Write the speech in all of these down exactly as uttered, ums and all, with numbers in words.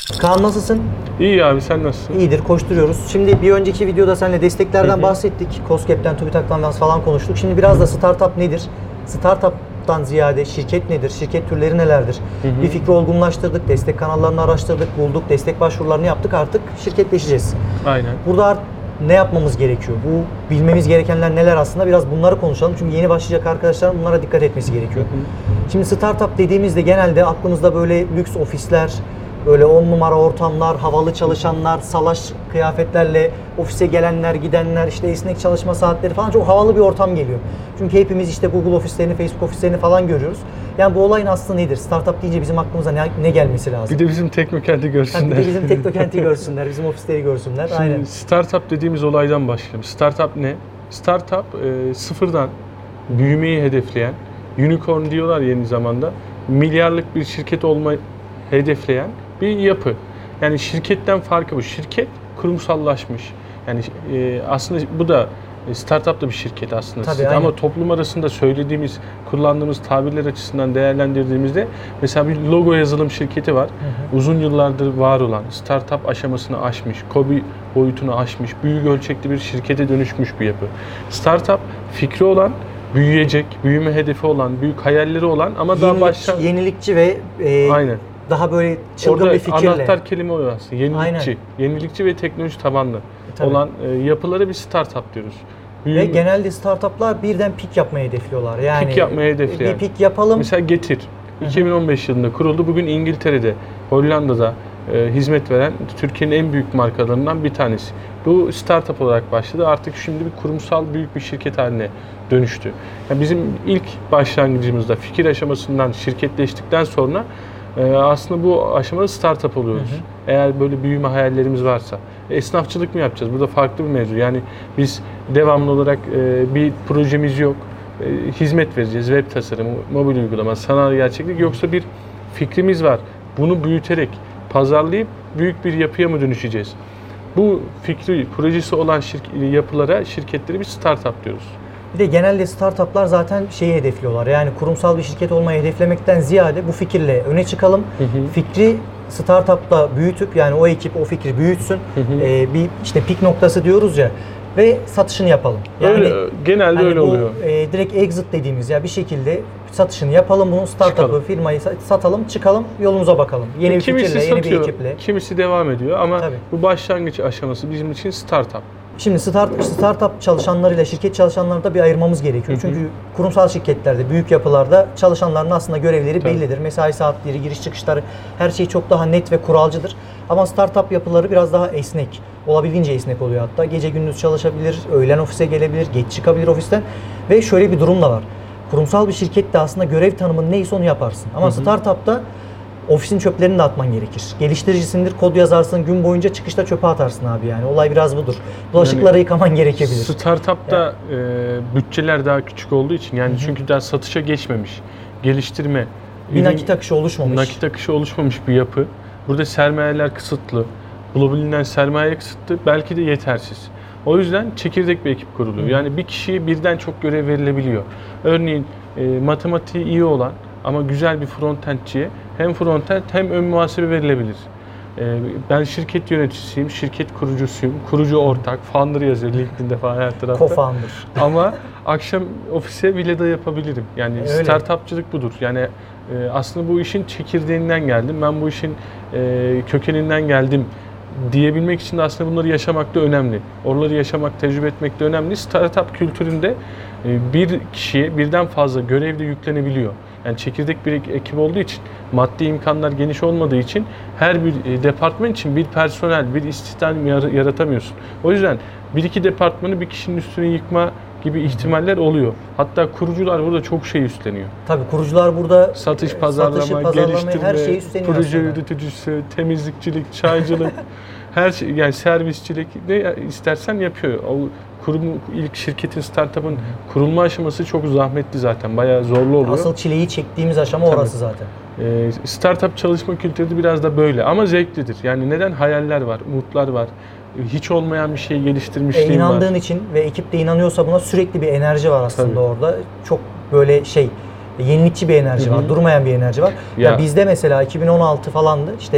Kaan nasılsın? İyi abi, sen nasılsın? İyidir, koşturuyoruz. Şimdi bir önceki videoda seninle desteklerden hı hı. bahsettik. Koskep'ten, TÜBİTAK'tan falan konuştuk. Şimdi biraz da startup nedir? Startup'tan ziyade şirket nedir? Şirket türleri nelerdir? Hı hı. Bir fikri olgunlaştırdık, destek kanallarını araştırdık, bulduk, destek başvurularını yaptık. Artık şirketleşeceğiz. Aynen. Burada ne yapmamız gerekiyor? Bu bilmemiz gerekenler neler aslında? Biraz bunları konuşalım. Çünkü yeni başlayacak arkadaşların bunlara dikkat etmesi gerekiyor. Hı hı. Şimdi startup dediğimizde genelde aklımızda böyle lüks ofisler, böyle on numara ortamlar, havalı çalışanlar, salaş kıyafetlerle ofise gelenler, gidenler, işte esnek çalışma saatleri falan, çok havalı bir ortam geliyor. Çünkü hepimiz işte Google ofislerini, Facebook ofislerini falan görüyoruz. Yani bu olayın aslı nedir? Startup deyince bizim aklımıza ne, ne gelmesi lazım? Bir de bizim teknokenti görsünler. Yani bir de bizim teknokenti görsünler, bizim ofisleri görsünler. Şimdi aynen. Startup dediğimiz olaydan başlayalım. Startup ne? Startup e, sıfırdan büyümeyi hedefleyen, unicorn diyorlar yeni zamanda, milyarlık bir şirket olmayı hedefleyen bir yapı. Yani şirketten farkı bu. Şirket kurumsallaşmış. Yani e, aslında bu da startup da bir şirket aslında. Tabii, ama toplum arasında söylediğimiz, kullandığımız tabirler açısından değerlendirdiğimizde mesela bir logo yazılım şirketi var. Hı hı. Uzun yıllardır var olan, startup aşamasını aşmış, KOBİ boyutunu aşmış, büyük ölçekli bir şirkete dönüşmüş bir yapı. Startup fikri olan, büyüyecek, büyüme hedefi olan, büyük hayalleri olan ama yenilikçi, daha başta yenilikçi ve e, aynen. daha böyle çılgın orada bir fikirle. Anahtar kelime o aslında. Yenilikçi. Aynen. Yenilikçi ve teknoloji tabanlı e, olan e, yapılara bir startup diyoruz. Büyüme. Ve genelde startuplar birden pik yapmayı hedefliyorlar. Yani pik yapmayı hedefleyen. Bir pik yapalım. Mesela Getir. iki bin on beş yılında kuruldu. Bugün İngiltere'de, Hollanda'da e, hizmet veren Türkiye'nin en büyük markalarından bir tanesi. Bu startup olarak başladı. Artık şimdi bir kurumsal büyük bir şirket haline dönüştü. Yani bizim ilk başlangıcımızda fikir aşamasından şirketleştikten sonra e, aslında bu aşamada startup oluyoruz. Hı hı. Eğer böyle büyüme hayallerimiz varsa. Esnafçılık mı yapacağız? Bu da farklı bir mevzu. Yani biz devamlı olarak e, bir projemiz yok. E, hizmet vereceğiz. Web tasarımı, mobil uygulama, sanal gerçeklik. Yoksa bir fikrimiz var. Bunu büyüterek, pazarlayıp büyük bir yapıya mı dönüşeceğiz? Bu fikri, projesi olan şirk- yapılara, şirketleri bir startup diyoruz. Bir de genelde startuplar zaten şeyi hedefliyorlar. Yani kurumsal bir şirket olmayı hedeflemekten ziyade bu fikirle öne çıkalım. Hı hı. Fikri startupla büyütüp, yani o ekip o fikri büyütsün. Hı hı. Ee, bir işte pik noktası diyoruz ya, ve satışını yapalım. Yani öyle, genelde hani öyle bu, oluyor. E, direkt exit dediğimiz ya bir şekilde satışını yapalım, bunu startup'ı, firmayı satalım, çıkalım, yolumuza bakalım. Yeni bir kimisi fikirle, satıyor, yeni bir ekiple. Kimisi devam ediyor ama tabii. Bu başlangıç aşaması bizim için startup. Şimdi start, startup çalışanlarıyla şirket çalışanlarını da bir ayırmamız gerekiyor. Hı hı. Çünkü kurumsal şirketlerde, büyük yapılarda çalışanların aslında görevleri Tabii. bellidir. Mesai saatleri, giriş çıkışları, her şey çok daha net ve kuralcıdır. Ama startup yapıları biraz daha esnek. Olabildiğince esnek oluyor hatta. Gece gündüz çalışabilir, öğlen ofise gelebilir, geç çıkabilir ofisten. Ve şöyle bir durum da var. Kurumsal bir şirkette aslında görev tanımın neyse onu yaparsın. Ama hı hı. startupta ofisin çöplerini de atman gerekir. Geliştiricisindir, kod yazarsın, gün boyunca çıkışta çöpe atarsın abi yani. Olay biraz budur. Bulaşıkları yani, yıkaman gerekebilir. Startup'ta yani. e, bütçeler daha küçük olduğu için, yani Hı-hı. çünkü daha satışa geçmemiş, geliştirme, bir nakit akışı oluşmamış. Nakit akışı oluşmamış bir yapı. Burada sermayeler kısıtlı, bulabilen sermaye kısıtlı, belki de yetersiz. O yüzden çekirdek bir ekip kuruluyor. Hı-hı. Yani bir kişiye birden çok görev verilebiliyor. Örneğin e, matematiği iyi olan ama güzel bir frontendçiye hem frontend hem ön muhasebe verilebilir. Ee, ben şirket yöneticisiyim, şirket kurucusuyum, kurucu ortak, founder yazıyor LinkedIn'de falan her tarafta. Co-founder. Ama akşam ofise bile de yapabilirim. Yani Öyle. startupçılık budur. Yani e, aslında bu işin çekirdeğinden geldim, ben bu işin e, kökeninden geldim diyebilmek için de aslında bunları yaşamak da önemli. Oraları yaşamak, tecrübe etmek de önemli. Startup kültüründe e, bir kişiye birden fazla görev de yüklenebiliyor. Yani çekirdek bir ekip olduğu için, maddi imkanlar geniş olmadığı için her bir departman için bir personel, bir istihdam yaratamıyorsun. O yüzden bir iki departmanı bir kişinin üstüne yıkma gibi ihtimaller oluyor. Hatta kurucular burada çok şey üstleniyor. Tabii kurucular burada satış, pazarlama, satışı, geliştirme, her şeyi üstleniyor proje aslında. Yürütücüsü, temizlikçilik, çaycılık, her şey, yani servisçilik, ne istersen yapıyor. O kurum, ilk şirketin, startup'ın kurulma aşaması çok zahmetli zaten. Bayağı zorlu oluyor. Asıl çileyi çektiğimiz aşama Tabii. orası zaten. Ee, startup çalışma kültürü biraz da böyle ama zevklidir. Yani neden? Hayaller var, umutlar var. Hiç olmayan bir şey geliştirmişliğim e, inandığın var. İnandığın için ve ekip de inanıyorsa buna, sürekli bir enerji var aslında Tabii. orada. Çok böyle şey, yenilikçi bir enerji Hı-hı. var, durmayan bir enerji var. Ya. Ya bizde mesela iki bin on altı falandı. İşte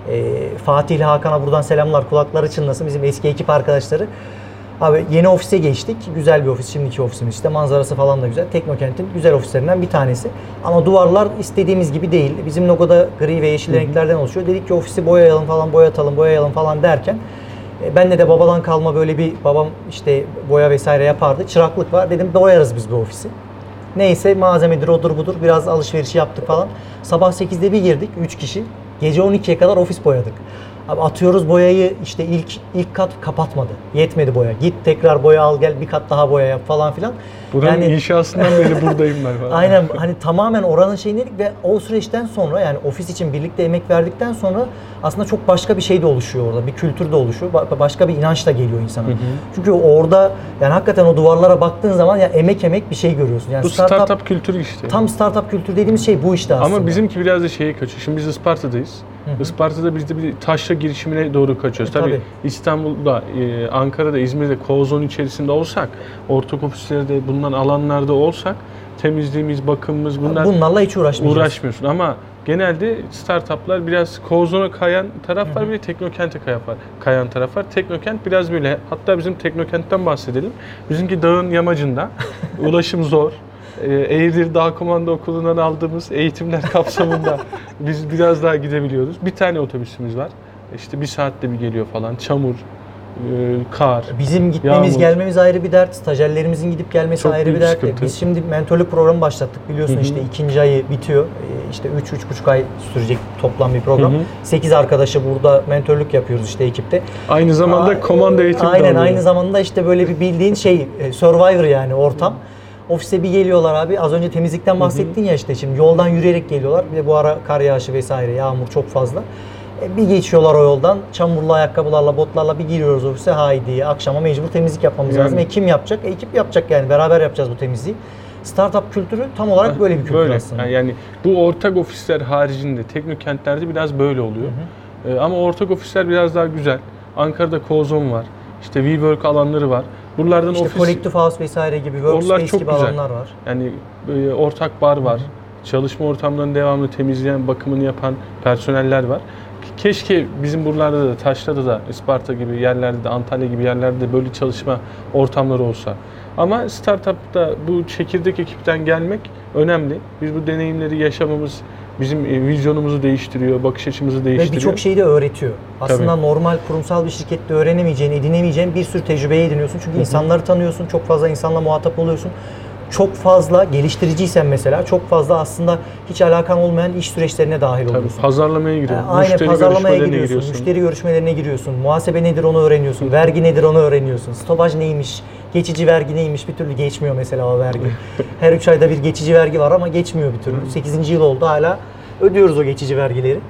E, Fatih ile Hakan'a buradan selamlar, kulakları çınlasın, bizim eski ekip arkadaşları. Abi yeni ofise geçtik. Güzel bir ofis. Şimdiki ofisimiz işte. Manzarası falan da güzel. Teknokent'in güzel ofislerinden bir tanesi. Ama duvarlar istediğimiz gibi değil. Bizim logoda gri ve yeşil Hı-hı. renklerden oluşuyor. Dedik ki ofisi boyayalım falan, boyatalım, boyayalım falan derken e, bende de babadan kalma böyle bir, babam işte boya vesaire yapardı. Çıraklık var. Dedim boyarız biz bu ofisi. Neyse malzemedir, odur budur. Biraz alışveriş yaptık falan. Sabah sekizde bir girdik. üç kişi. Gece on ikiye kadar ofis boyadık. Abi atıyoruz boyayı, işte ilk ilk kat kapatmadı. Yetmedi boya. Git tekrar boya al gel, bir kat daha boya yap falan filan. Buranın yani, inşasından beri buradayım ben falan. Aynen, hani tamamen oranın şeyini dedik ve o süreçten sonra, yani ofis için birlikte emek verdikten sonra aslında çok başka bir şey de oluşuyor orada. Bir kültür de oluşuyor. Başka bir inanç da geliyor insana. Hı hı. Çünkü orada yani hakikaten o duvarlara baktığın zaman ya emek emek bir şey görüyorsun. Yani bu startup, startup kültürü işte. Tam startup kültürü dediğimiz şey bu işte aslında. Ama bizimki biraz da şeye kaçıyor. Şimdi biz Isparta'dayız. Hı hı. Isparta'da biz de bir taşra girişimine doğru kaçıyoruz. E, tabii. tabii İstanbul'da, e, Ankara'da, İzmir'de, Kozon içerisinde olsak, ortak ofislerde bulunan alanlarda olsak temizliğimiz, bakımımız bunlar bunlarla hiç uğraşmayacağız. Uğraşmıyorsun ama genelde startuplar biraz Kozon'a kayan taraf var, bir de Teknokent'e kayan taraf var. Teknokent biraz böyle, hatta bizim Teknokent'ten bahsedelim. Bizimki dağın yamacında, ulaşım zor. Eğirdir Dağ Komando Okulu'ndan aldığımız eğitimler kapsamında biz biraz daha gidebiliyoruz. Bir tane otobüsümüz var. İşte bir saatte bir geliyor falan. Çamur, kar, bizim gitmemiz yağmur. Gelmemiz ayrı bir dert. Stajyerlerimiz gidip gelmesi Çok ayrı bir dert. Sıkıntı. Biz şimdi mentörlük programı başlattık. Biliyorsun Hı-hı. işte ikinci ayı bitiyor. İşte üç üç buçuk ay sürecek toplam bir program. Hı-hı. sekiz arkadaşı burada mentörlük yapıyoruz işte ekipte. Aynı zamanda Aa, komando eğitimi Aynen de aynı zamanda işte böyle bir bildiğin şey Survivor yani ortam. Hı-hı. Ofise bir geliyorlar abi. Az önce temizlikten bahsettin Hı-hı. ya işte. Şimdi yoldan yürüyerek geliyorlar. Bir de bu ara kar yağışı vesaire, yağmur çok fazla. Bir geçiyorlar o yoldan, çamurlu ayakkabılarla, botlarla bir giriyoruz ofise, haydi akşama mecbur temizlik yapmamız yani. lazım. E kim yapacak? E, ekip yapacak yani, beraber yapacağız bu temizliği. Startup kültürü tam olarak böyle bir kültür böyle. aslında. Yani bu ortak ofisler haricinde teknokentlerde biraz böyle oluyor. Hı hı. Ee, ama ortak ofisler biraz daha güzel. Ankara'da Kozon var, işte WeWork alanları var. Buralardan işte ofis... Collective House vesaire gibi, Workspace gibi güzel. alanlar var. Yani e, ortak bar var. Hı hı. Çalışma ortamlarını devamlı temizleyen, bakımını yapan personeller var. Keşke bizim buralarda da, Taşra'da da, Isparta gibi yerlerde de, Antalya gibi yerlerde de böyle çalışma ortamları olsa. Ama startup'ta bu çekirdek ekipten gelmek önemli. Biz bu deneyimleri yaşamamız bizim vizyonumuzu değiştiriyor, bakış açımızı değiştiriyor. Ve birçok şeyi de öğretiyor. Aslında Tabii. normal kurumsal bir şirkette öğrenemeyeceğin, edinemeyeceğin bir sürü tecrübeyi ediniyorsun. Çünkü Hı-hı. insanları tanıyorsun, çok fazla insanla muhatap oluyorsun. Çok fazla geliştiriciysen mesela çok fazla aslında hiç alakan olmayan iş süreçlerine dahil Tabii, oluyorsun. Pazarlamaya giriyorsun. Yani aynen pazarlamaya giriyorsun, giriyorsun. Müşteri görüşmelerine giriyorsun. Muhasebe nedir onu öğreniyorsun. Hı. Vergi nedir onu öğreniyorsun. Stopaj neymiş, geçici vergi neymiş bir türlü geçmiyor mesela o vergi. Her üç ayda bir geçici vergi var ama geçmiyor bir türlü. sekizinci yıl oldu hala ödüyoruz o geçici vergileri.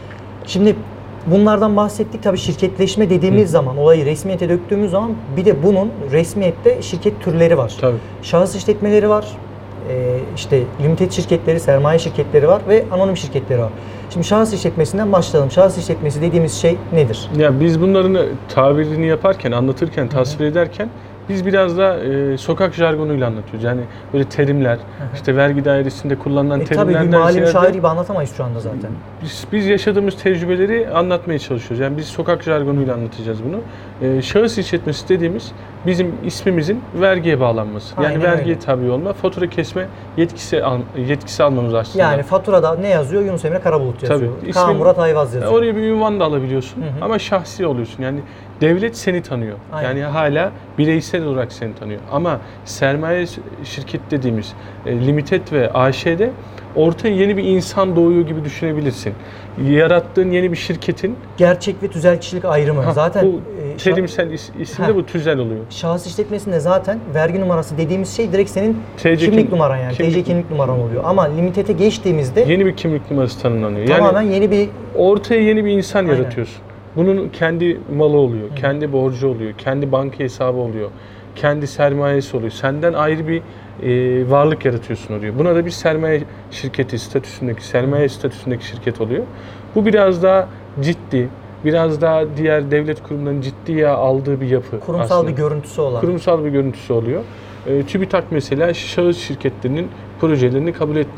Şimdi bunlardan bahsettik. Tabii şirketleşme dediğimiz Hı. zaman, olayı resmiyete döktüğümüz zaman bir de bunun resmiyette şirket türleri var. Tabii. Şahıs işletmeleri var, ee, işte limited şirketleri, sermaye şirketleri var ve anonim şirketleri var. Şimdi şahıs işletmesinden başlayalım. Şahıs işletmesi dediğimiz şey nedir? Ya biz bunların tabirini yaparken, anlatırken, tasvir Hı. ederken biz biraz da e, sokak jargonuyla anlatıyoruz. Yani böyle terimler, hı hı. işte vergi dairesinde kullanılan e, terimlerden tabii bir mali müşavir gibi anlatamayız şu anda zaten. Biz, biz yaşadığımız tecrübeleri anlatmaya çalışıyoruz. Yani biz sokak jargonuyla anlatacağız bunu. E, şahıs işletmesi dediğimiz bizim ismimizin vergiye bağlanması. Yani Aynen vergiye öyle. tabi olma, fatura kesme yetkisi al, yetkisi almamız aslında. Yani faturada ne yazıyor? Yunus Emre Karabulut yazıyor. Tabii. Kaan Murat Ayvaz yazıyor. Oraya bir ünvan da alabiliyorsun hı hı. ama şahsi oluyorsun. Yani devlet seni tanıyor. Aynen. Yani hala bireysel olarak seni tanıyor. Ama sermaye şirket dediğimiz e, limited ve A Ş'de ortaya yeni bir insan doğuyor gibi düşünebilirsin. Yarattığın yeni bir şirketin gerçek ve tüzel kişilik ayrımı. Ha, zaten bu e, terimsel is, isimde bu tüzel oluyor. Şahıs işletmesinde zaten vergi numarası dediğimiz şey direkt senin T C kimlik kim, numaran yani. Kimlik, T C kimlik numaran oluyor. Ama limited'e geçtiğimizde yeni bir kimlik numarası tanımlanıyor. Tamamen yani yeni bir ortaya yeni bir insan Aynen. yaratıyorsun. Bunun kendi malı oluyor, Hı. kendi borcu oluyor, kendi banka hesabı oluyor, kendi sermayesi oluyor. Senden ayrı bir e, varlık yaratıyorsun oraya. Buna da bir sermaye şirketi statüsündeki, sermaye statüsündeki şirket oluyor. Bu biraz daha ciddi, biraz daha diğer devlet kurumlarının ciddiye aldığı bir yapı. Kurumsal aslında. bir görüntüsü olan. Kurumsal bir görüntüsü oluyor. E, TÜBİTAK mesela şahıs şirketlerinin projelerini kabul etmiyor.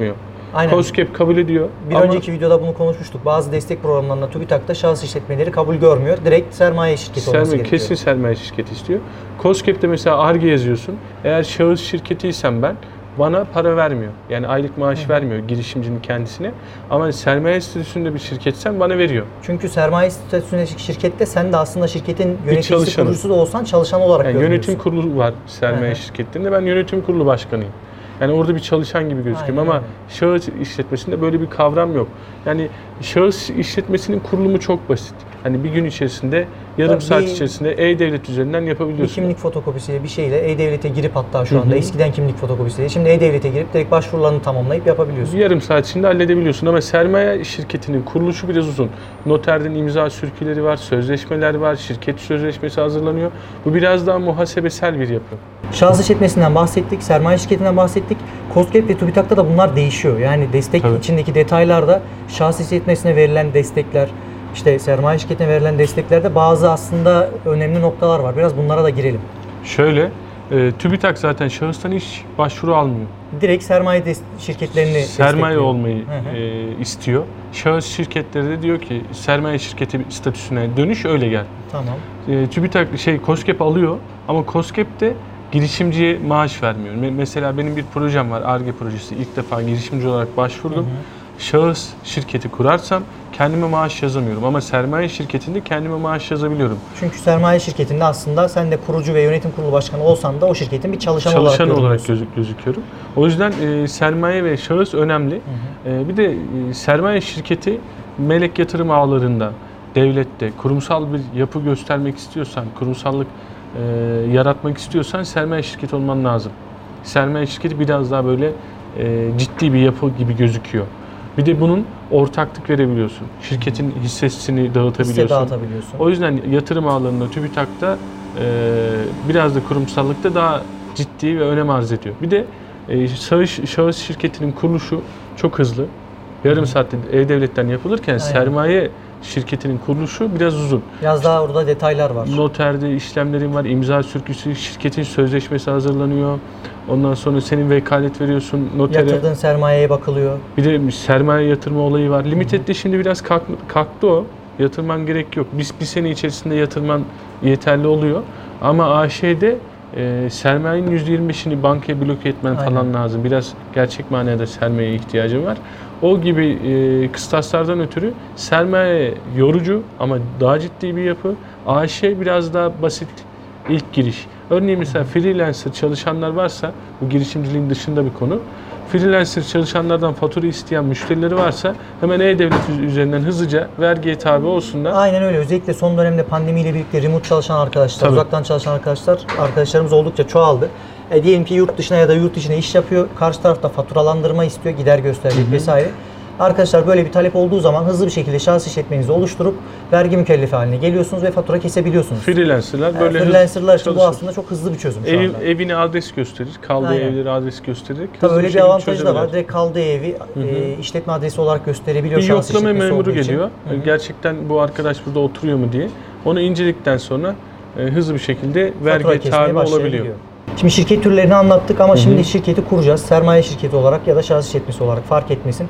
Aynen. KOSGEB kabul ediyor. Bir ama önceki videoda bunu konuşmuştuk. Bazı destek programlarında TÜBİTAK'ta şahıs işletmeleri kabul görmüyor. Direkt sermaye şirketi olması sermaye, gerekiyor. kesin sermaye şirketi istiyor. KOSGEB'de mesela Ar-Ge yazıyorsun. Eğer şahıs şirketiysem ben, bana para vermiyor. Yani aylık maaş Hı. vermiyor girişimcinin kendisine. Ama sermaye statüsünde bir şirketsem bana veriyor. Çünkü sermaye statüsündeki şirkette sen de aslında şirketin yöneticisi, çalışanım. kurucusu da olsan çalışan olarak Yani görünüyorsun. yönetim kurulu var sermaye Hı. şirketlerinde. Ben yönetim kurulu başkanıyım. Yani orada bir çalışan gibi gözüküyorum Aynen ama öyle. şahıs işletmesinde böyle bir kavram yok. Yani şahıs işletmesinin kurulumu çok basit. Hani bir gün içerisinde, yarım Tabii saat bir- içerisinde E-Devlet üzerinden Bir yapabiliyorsun. kimlik fotokopisiyle bir şeyle E-Devlet'e girip hatta şu anda Hı hı. eskiden kimlik fotokopisiyle şimdi E-Devlet'e girip direkt başvurularını tamamlayıp yapabiliyorsun. Yarım saat içinde halledebiliyorsun ama sermaye şirketinin kuruluşu biraz uzun. Noterden imza sürküleri var, sözleşmeler var, şirket sözleşmesi hazırlanıyor. Bu biraz daha muhasebesel bir yapı. Şahıs işletmesinden bahsettik, sermaye şirketinden bahsettik. KOSGEB ve TÜBİTAK'ta da bunlar değişiyor. Yani destek Tabii. içindeki detaylarda şahıs işletmesine verilen destekler, işte sermaye şirketine verilen desteklerde bazı aslında önemli noktalar var. Biraz bunlara da girelim. Şöyle, e, TÜBİTAK zaten şahıstan hiç başvuru almıyor. Direkt sermaye des- şirketlerini Sermaye destekliyor. olmayı Hı hı. e, istiyor. Şahıs şirketleri de diyor ki sermaye şirketi statüsüne dönüş, öyle gel. Tamam. E, TÜBİTAK şey KOSGEB alıyor ama KOSGEB de girişimciye maaş vermiyor. Me- Mesela benim bir projem var, Ar-Ge projesi. İlk defa girişimci olarak başvurdum. Hı hı. Şahıs şirketi kurarsam kendime maaş yazamıyorum ama sermaye şirketinde kendime maaş yazabiliyorum. Çünkü sermaye şirketinde aslında sen de kurucu ve yönetim kurulu başkanı olsan da o şirketin bir çalışan, Çalışan olarak, olarak görünüyorsun. gözük gözüküyorum. O yüzden e, sermaye ve şahıs önemli. Hı hı. E, bir de e, sermaye şirketi melek yatırım ağlarında, devlette kurumsal bir yapı göstermek istiyorsan, kurumsallık e, yaratmak istiyorsan sermaye şirketi olman lazım. Sermaye şirketi biraz daha böyle e, ciddi bir yapı gibi gözüküyor. Bir de bunun ortaklık verebiliyorsun. Şirketin hissesini dağıtabiliyorsun. Hisse dağıtabiliyorsun. O yüzden yatırım ağlarında, TÜBİTAK'ta e, biraz da kurumsallıkta daha ciddi ve önem arz ediyor. Bir de e, şahıs, şahıs şirketinin kuruluşu çok hızlı. Yarım saatte E-Devlet'ten yapılırken Aynen. sermaye şirketinin kuruluşu biraz uzun. Biraz daha orada detaylar var. Noterde işlemlerin var, imza sürküsü, şirketin sözleşmesi hazırlanıyor. Ondan sonra senin vekalet veriyorsun notere. Yatırdığın sermayeye bakılıyor. Bir de sermaye yatırma olayı var. Limited'de şimdi biraz kalk, kalktı o. Yatırman gerek yok. Biz bir sene içerisinde yatırman yeterli oluyor. Ama A Ş'de e, sermayenin yüzde yirmi beşini bankaya bloke etmen Aynen. falan lazım. Biraz gerçek manada sermayeye ihtiyacın var. O gibi e, kıstaslardan ötürü sermaye yorucu ama daha ciddi bir yapı. A Ş biraz daha basit ilk giriş. Örneğin mesela freelancer çalışanlar varsa, bu girişimciliğin dışında bir konu. Freelancer çalışanlardan fatura isteyen müşterileri varsa hemen E-Devlet üzerinden hızlıca vergiye tabi olsunlar. Aynen öyle. Özellikle son dönemde pandemiyle birlikte remote çalışan arkadaşlar, Tabii. uzaktan çalışan arkadaşlar, arkadaşlarımız oldukça çoğaldı. E, diyelim ki yurt dışına ya da yurt içine iş yapıyor. Karşı tarafta faturalandırma istiyor, gider gösterecek vesaire. Arkadaşlar böyle bir talep olduğu zaman hızlı bir şekilde şahıs işletmenizi oluşturup vergi mükellefi haline geliyorsunuz ve fatura kesebiliyorsunuz. Freelancerlar böyle E, freelancerlar için bu çalışır. aslında çok hızlı bir çözüm şu Ev, anda. evini adres gösterir, kaldığı Aynen. evleri adres göstererek Tabii hızlı öyle bir şekilde avantajı da çözebilir. var. Direkt kaldığı evi e, işletme adresi olarak gösterebiliyor Bir şahıs yoklama işletmesi memuru olduğu için. geliyor. Hı hı. Gerçekten bu arkadaş burada oturuyor mu diye. Onu inceledikten sonra e, hızlı bir şekilde vergiye kesmeye tabi olabiliyor. başlayabiliyor. Şimdi şirket türlerini anlattık ama şimdi şirketi kuracağız. Sermaye şirketi olarak ya da şahıs işletmesi olarak fark etmesin.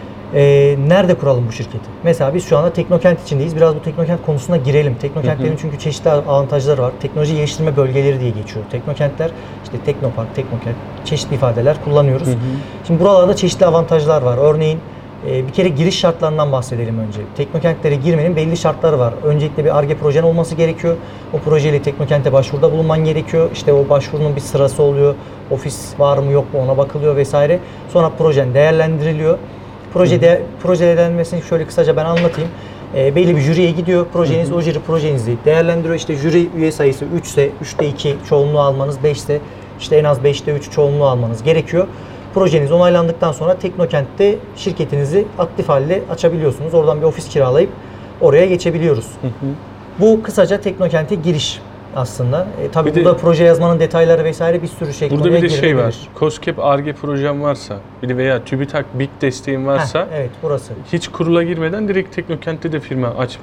Ee, nerede kuralım bu şirketi? Mesela biz şu anda Teknokent içindeyiz. Biraz bu Teknokent konusuna girelim. Teknokentlerin çünkü çeşitli avantajları var. Teknoloji geliştirme bölgeleri diye geçiyor. Teknokentler, işte Teknopark, Teknokent, çeşitli ifadeler kullanıyoruz. Hı hı. Şimdi buralarda çeşitli avantajlar var. Örneğin e, bir kere giriş şartlarından bahsedelim önce. Teknokentlere girmenin belli şartları var. Öncelikle bir Ar-Ge projen olması gerekiyor. O projeyle Teknokent'e başvuruda bulunman gerekiyor. İşte o başvurunun bir sırası oluyor. Ofis var mı yok mu ona bakılıyor vesaire. Sonra projen değerlendiriliyor. Projede, proje değerlendirmesini şöyle kısaca ben anlatayım. E, belli bir jüriye gidiyor. Projeniz, hı hı. o jüri projenizi değerlendiriyor. İşte jüri üye sayısı üç ise üçte iki çoğunluğu almanız, beş ise işte en az beşte üç çoğunluğu almanız gerekiyor. Projeniz onaylandıktan sonra Teknokent'te şirketinizi aktif halde açabiliyorsunuz. Oradan bir ofis kiralayıp oraya geçebiliyoruz. Hı hı. Bu kısaca Teknokent'e giriş aslında. E, tabii Bir burada de, proje yazmanın detayları vesaire bir sürü şey burada konuya bir de şey girilebilir. var. KOSGEB Ar-Ge projem varsa, bir de veya TÜBİTAK B İ K desteğin varsa, Heh, evet burası. hiç kurula girmeden direkt Teknokent'te de firma açma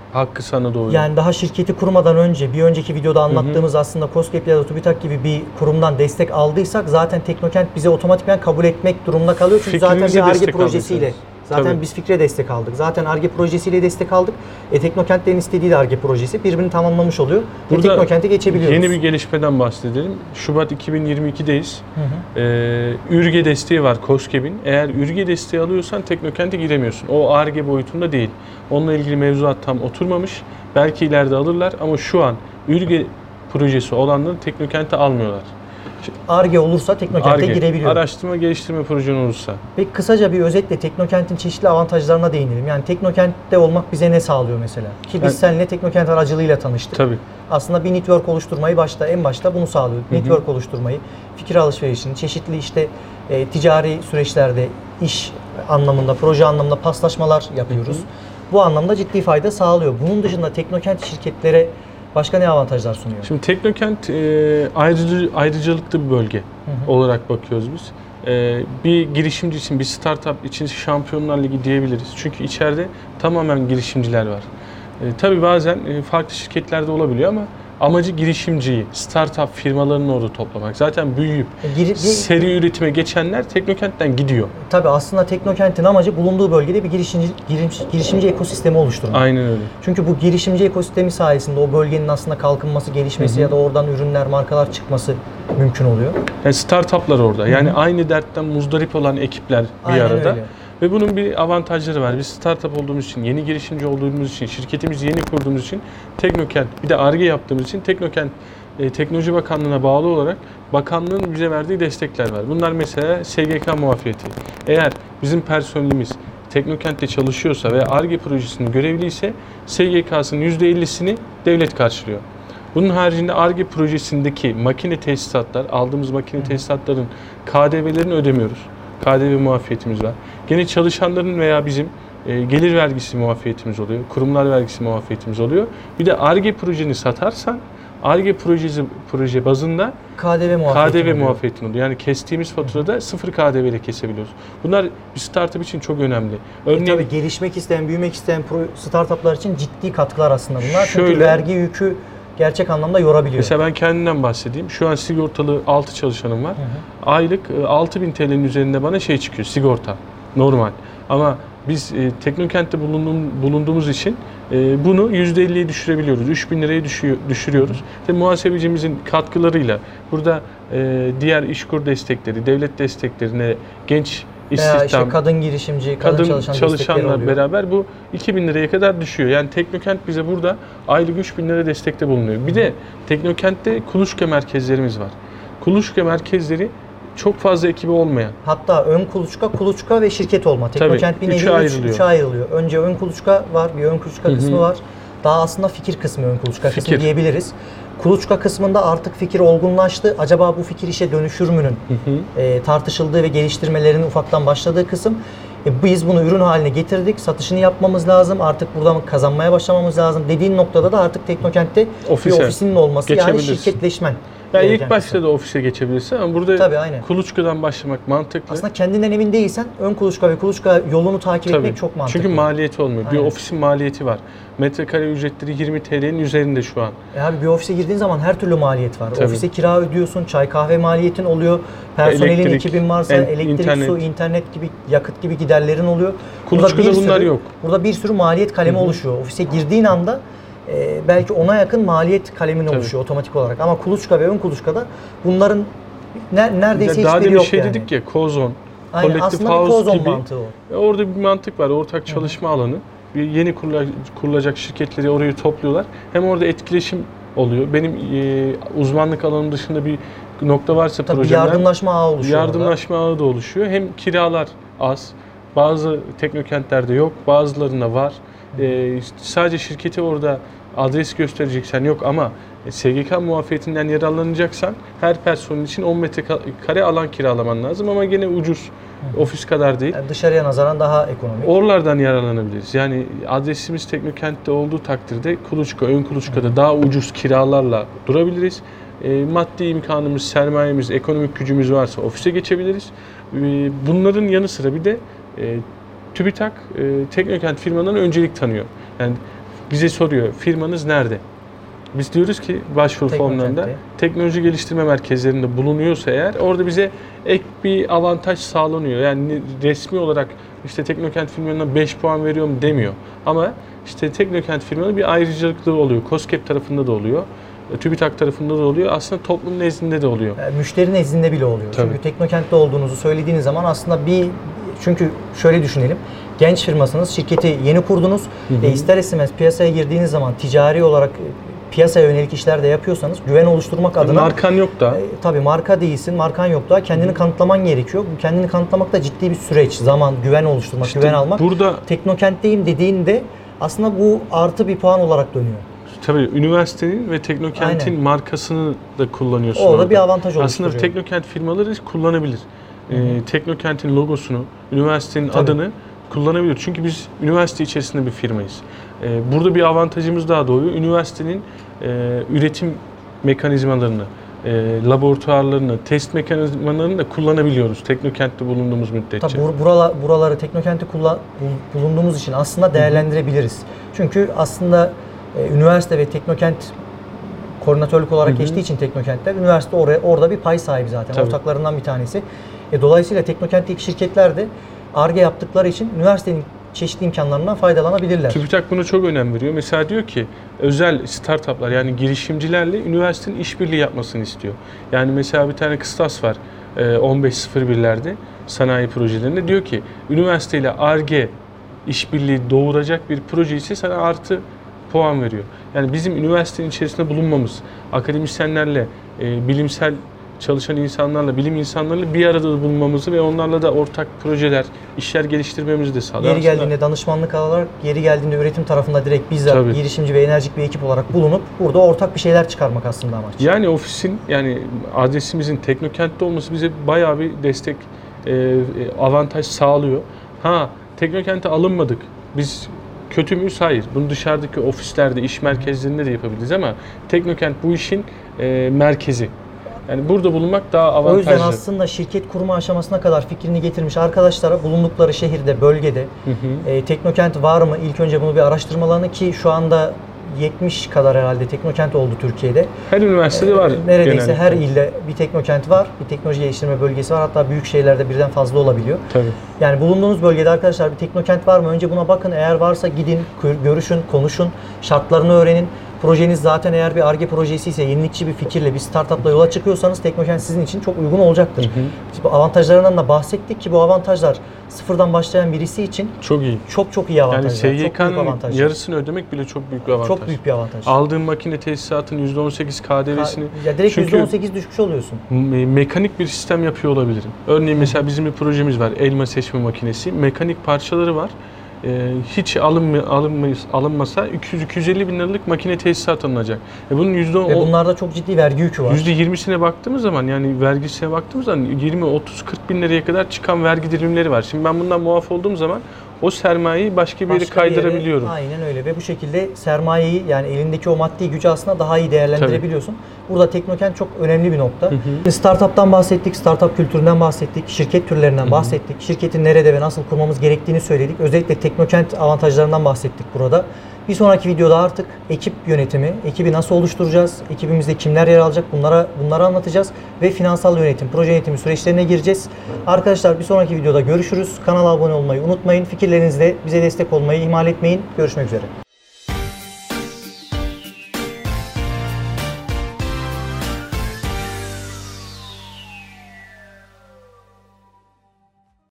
Hakkı sana doğru. Yani daha şirketi kurmadan önce bir önceki videoda anlattığımız hı hı. aslında KOSGEB ya da TÜBİTAK gibi bir kurumdan destek aldıysak zaten Teknokent bize otomatikman kabul etmek durumunda kalıyor. Çünkü Fikrimize zaten bir Ar-Ge destek projesiyle aldık. zaten Tabii. biz fikre destek aldık. Zaten Ar-Ge projesiyle destek aldık. E, Teknokentlerin istediği de Ar-Ge projesi birbirini tamamlamış oluyor. Burada e, Teknokent'e geçebiliyoruz. Yeni bir gelişmeden bahsedelim. Şubat iki bin yirmi iki'deyiz. Hı hı. Ee, Ür-Ge desteği var KOSGEB'in. Eğer Ür-Ge desteği alıyorsan Teknokent'e giremiyorsun. O Ar-Ge boyutunda değil. Onunla ilgili mevzuat tam oturmamış. Belki ileride alırlar ama şu an Ür-Ge projesi olanları Teknokent'e almıyorlar. Ar-Ge olursa Teknokent'e girebiliyor. Araştırma geliştirme projen olursa. Peki kısaca bir özetle Teknokent'in çeşitli avantajlarına değinelim. Yani Teknokent'te olmak bize ne sağlıyor mesela? Ki biz yani, seninle Teknokent aracılığıyla tanıştık. Tabii. Aslında bir network oluşturmayı başta en başta bunu sağlıyor. Hı hı. Network oluşturmayı, fikir alışverişini, çeşitli işte e, ticari süreçlerde iş anlamında, proje anlamında paslaşmalar yapıyoruz. Hı hı. Bu anlamda ciddi fayda sağlıyor. Bunun dışında Teknokent şirketlere başka ne avantajlar sunuyor? Şimdi Teknokent e, ayrıcı, ayrıcalıklı bir bölge hı hı. olarak bakıyoruz biz. E, bir girişimci için, bir startup için Şampiyonlar Ligi diyebiliriz. Çünkü içeride tamamen girişimciler var. E, tabii bazen e, farklı şirketlerde olabiliyor ama amacı girişimciyi, startup firmalarını orada toplamak. Zaten büyüyüp Giri, seri üretime geçenler Teknokent'ten gidiyor. Tabii aslında Teknokent'in amacı bulunduğu bölgede bir girişimci, girişimci ekosistemi oluşturmak. Aynen öyle. Çünkü bu girişimci ekosistemi sayesinde o bölgenin aslında kalkınması, gelişmesi Hı-hı. ya da oradan ürünler, markalar çıkması mümkün oluyor. Yani startuplar orada. Yani Hı-hı. aynı dertten muzdarip olan ekipler bir Aynen arada. Öyle. Ve bunun bir avantajları var. Biz startup olduğumuz için, yeni girişimci olduğumuz için, şirketimizi yeni kurduğumuz için Teknokent, bir de Ar-Ge yaptığımız için Teknokent e, Teknoloji Bakanlığı'na bağlı olarak bakanlığın bize verdiği destekler var. Bunlar mesela S G K muafiyeti. Eğer bizim personelimiz Teknokent'te çalışıyorsa ve Ar-Ge projesinin görevliyse S G K'sının yüzde elli'sini devlet karşılıyor. Bunun haricinde Ar-Ge projesindeki makine tesisatlar, aldığımız makine tesisatların K D V'lerini ödemiyoruz. K D V muafiyetimiz var. Gene çalışanların veya bizim e, gelir vergisi muafiyetimiz oluyor. Kurumlar vergisi muafiyetimiz oluyor. Bir de Ar-Ge projeni satarsan Ar-Ge projesi proje bazında K D V muafiyetin, K D V muafiyetin oluyor. Yani kestiğimiz faturada sıfır K D V ile kesebiliyoruz. Bunlar bir startup için çok önemli. Örneğin, e tabii gelişmek isteyen, büyümek isteyen startuplar için ciddi katkılar aslında bunlar. Şöyle, Çünkü vergi yükü gerçek anlamda yorabiliyor. Mesela ben kendimden bahsedeyim. Şu an sigortalı altı çalışanım var. Hı hı. Aylık altı bin T L'nin üzerinde bana şey çıkıyor, sigorta. Normal. Ama biz e, Teknokent'te bulunduğum, bulunduğumuz için e, bunu yüzde elli'ye düşürebiliyoruz. üç bin liraya düşüyor, düşürüyoruz. İşte muhasebecimizin katkılarıyla burada e, diğer işkur destekleri, devlet desteklerine, genç İstihdam, işte kadın girişimci, kadın, kadın çalışan çalışanlar beraber bu iki bin liraya kadar düşüyor. Yani Teknokent bize burada aylık üç bin lira destekte bulunuyor. Bir de Teknokent'te kuluçka merkezlerimiz var. Kuluçka merkezleri çok fazla ekibi olmayan. Hatta ön kuluçka, kuluçka ve şirket olma. Teknokent bir nevi ayrılıyor. üçe ayrılıyor. Önce ön kuluçka var, bir ön kuluçka Hı-hı. kısmı var. Daha aslında fikir kısmı ön kuluçka fikir. kısmı diyebiliriz. Kuluçka kısmında artık fikir olgunlaştı. Acaba bu fikir işe dönüşür münün e, tartışıldığı ve geliştirmelerin ufaktan başladığı kısım. E, biz bunu ürün haline getirdik. Satışını yapmamız lazım. Artık buradan kazanmaya başlamamız lazım. Dediğin noktada da artık Teknokent'te Ofise. bir ofisinin olması, yani şirketleşmen. Yani ilk başta kısım. da ofise geçebilirsin ama burada Tabii, aynen. kuluçkadan başlamak mantıklı. Aslında kendinden emin değilsen ön kuluçka ve kuluçka yolunu takip Tabii. etmek çok mantıklı. Çünkü maliyeti olmuyor. Aynen. Bir ofisin maliyeti var. Metrekare ücretleri yirmi T L'nin üzerinde şu an. E abi bir ofise girdiğin zaman her türlü maliyet var. Tabii. Ofise kira ödüyorsun, çay kahve maliyetin oluyor. Personelin elektrik, ekibin varsa en, elektrik, internet. su, internet gibi, yakıt gibi giderlerin oluyor. Kuluçkada burada bunlar sürü, yok. Burada bir sürü maliyet kalemi Hı-hı. oluşuyor. Ofise girdiğin anda e, belki ona yakın maliyet kalemin Tabii. oluşuyor otomatik olarak. Ama kuluçka ve ön kuluçkada bunların ne, neredeyse ya hiçbiri yok şey yani. Daha demin şey dedik ya, Kozon. Aynen, aslında bir Kozon mantığı o. Orada bir mantık var, ortak çalışma Hı-hı. alanı. Bir yeni kurulacak şirketleri orayı topluyorlar. Hem orada etkileşim oluyor. Benim e, uzmanlık alanım dışında bir nokta varsa Tabii projemden yardımlaşma ağı oluşuyor. Yardımlaşma orada. ağı da oluşuyor. Hem kiralar az, bazı teknokentlerde yok, bazılarında var. E, sadece şirketi orada adres göstereceksen yok ama S G K muafiyetinden yararlanacaksan her personel için on metrekare alan kiralaman lazım ama gene ucuz. Ofis kadar değil. Yani dışarıya nazaran daha ekonomik. Oralardan yararlanabiliriz. Yani adresimiz Teknokent'te olduğu takdirde kuluçka, ön kuluçkada Hı. daha ucuz kiralarla durabiliriz. E, maddi imkanımız, sermayemiz, ekonomik gücümüz varsa ofise geçebiliriz. E, bunların yanı sıra bir de e, TÜBİTAK e, Teknokent firmalarına öncelik tanıyor. Yani bize soruyor firmanız nerede? Biz diyoruz ki başvuru Teknokent'te. formlarında teknoloji geliştirme merkezlerinde bulunuyorsa eğer orada bize ek bir avantaj sağlanıyor. Yani resmi olarak işte Teknokent firmalarına beş puan veriyorum demiyor. Ama işte Teknokent firmaları bir ayrıcalıklı oluyor. KOSGEB tarafında da oluyor. TÜBİTAK tarafında da oluyor. Aslında toplum nezdinde de oluyor. Yani müşteri nezdinde bile oluyor. Tabii. Çünkü Teknokent'te olduğunuzu söylediğiniz zaman aslında bir, çünkü şöyle düşünelim. Genç firmasınız, şirketi yeni kurdunuz. Hı hı. E ister istemez piyasaya girdiğiniz zaman ticari olarak piyasaya yönelik işler de yapıyorsanız güven oluşturmak adına Markan yok da. E, tabii marka değilsin, markan yok da kendini kanıtlaman gerekiyor. Bu kendini kanıtlamak da ciddi bir süreç, zaman, güven oluşturmak, İşte güven almak. burada Teknokent'teyim dediğinde aslında bu artı bir puan olarak dönüyor. tabii üniversitenin ve Teknokent'in Aynen. markasını da kullanıyorsun. Orada orada. bir avantaj oluşturuyor. Aslında Teknokent firmaları kullanabilir. Ee, Teknokent'in logosunu, üniversitenin Tabii. adını kullanabilir. Çünkü biz üniversite içerisinde bir firmayız. Ee, burada bir avantajımız daha doğuyor. Üniversitenin e, üretim mekanizmalarını, e, laboratuvarlarını, test mekanizmalarını da kullanabiliyoruz Teknokent'te bulunduğumuz müddetçe. Tabii bur- buralar, buraları Teknokent'te kullan, bul- bulunduğumuz için aslında değerlendirebiliriz. Çünkü aslında e, üniversite ve Teknokent koordinatörlük olarak Hı hı. geçtiği için Teknokentler, üniversite oraya, orada bir pay sahibi zaten. Tabii. Ortaklarından bir tanesi. E, dolayısıyla Teknokent'teki şirketler de Ar-Ge yaptıkları için üniversitenin çeşitli imkanlarından faydalanabilirler. TÜBİTAK buna çok önem veriyor. Mesela diyor ki özel startuplar yani girişimcilerle üniversitenin işbirliği yapmasını istiyor. Yani mesela bir tane kıstas var e, on beş sıfır birlerde sanayi projelerinde diyor ki üniversiteyle Ar-Ge işbirliği doğuracak bir proje ise sana artı puan veriyor. Yani bizim üniversitenin içerisinde bulunmamız, akademisyenlerle, e, bilimsel çalışan insanlarla, bilim insanlarıyla bir arada bulunmamızı ve onlarla da ortak projeler, işler geliştirmemizi de sağlıyor. Yeri geldiğinde danışmanlık alarak, yeri geldiğinde üretim tarafında direkt bizzat Tabii. girişimci ve enerjik bir ekip olarak bulunup burada ortak bir şeyler çıkarmak aslında amaç. Yani ofisin, yani adresimizin Teknokent'te olması bize bayağı bir destek, e, avantaj sağlıyor. Ha, Teknokent'e alınmadık. Biz kötü müyüz? Hayır. Bunu dışarıdaki ofislerde, iş merkezlerinde de yapabiliriz ama Teknokent bu işin e, merkezi. Yani burada bulunmak daha avantajlı. O yüzden aslında şirket kurma aşamasına kadar fikrini getirmiş arkadaşlara bulundukları şehirde, bölgede Hı hı. e, Teknokent var mı? İlk önce bunu bir araştırmalarını, ki şu anda yetmiş kadar herhalde Teknokent oldu Türkiye'de. Her üniversitede var. E, Neredeyse genellikle. her ilde bir Teknokent var, bir teknoloji geliştirme bölgesi var. Hatta büyük şehirlerde birden fazla olabiliyor. Tabii. Yani bulunduğunuz bölgede arkadaşlar bir Teknokent var mı? Önce buna bakın. Eğer varsa gidin, görüşün, konuşun, şartlarını öğrenin. Projeniz zaten eğer bir Ar-Ge projesi ise, yenilikçi bir fikirle, bir startupla yola çıkıyorsanız Teknokent sizin için çok uygun olacaktır. Hı hı. Biz bu avantajlarından da bahsettik ki bu avantajlar sıfırdan başlayan birisi için Çok iyi. çok çok iyi avantajlar. Yani S Y çok büyük K'nın avantajlar. yarısını ödemek bile çok büyük bir avantaj. Çok büyük bir avantaj. Aldığın makine tesisatın yüzde on sekiz K D V'sini Ya direkt çünkü yüzde on sekiz düşmüş oluyorsun. me- mekanik bir sistem yapıyor olabilirim. Örneğin mesela bizim bir projemiz var. Elma seçme makinesi. Mekanik parçaları var. Ee, hiç alınma, alınma, alınmasa iki yüz iki yüz elli bin liralık makine tesisat alınacak. E bunun yüzde Ve bunlarda çok ciddi vergi yükü var. yüzde yirmisine baktığımız zaman, yani vergisine baktığımız zaman yirmi otuz kırk bin liraya kadar çıkan vergi dilimleri var. Şimdi ben bundan muaf olduğum zaman o sermayeyi başka bir yere Başka bir yere- kaydırabiliyorum. Aynen öyle ve bu şekilde sermayeyi, yani elindeki o maddi gücü aslında daha iyi değerlendirebiliyorsun. Burada Teknokent çok önemli bir nokta. Hı hı. Startup'tan bahsettik, startup kültüründen bahsettik, şirket türlerinden Hı hı. bahsettik, şirketin nerede ve nasıl kurmamız gerektiğini söyledik. Özellikle Teknokent avantajlarından bahsettik burada. Bir sonraki videoda artık ekip yönetimi, ekibi nasıl oluşturacağız, ekibimizde kimler yer alacak, bunlara bunları anlatacağız ve finansal yönetim, proje yönetimi süreçlerine gireceğiz. Arkadaşlar bir sonraki videoda görüşürüz. Kanala abone olmayı unutmayın. Fikirlerinizle bize destek olmayı ihmal etmeyin. Görüşmek üzere.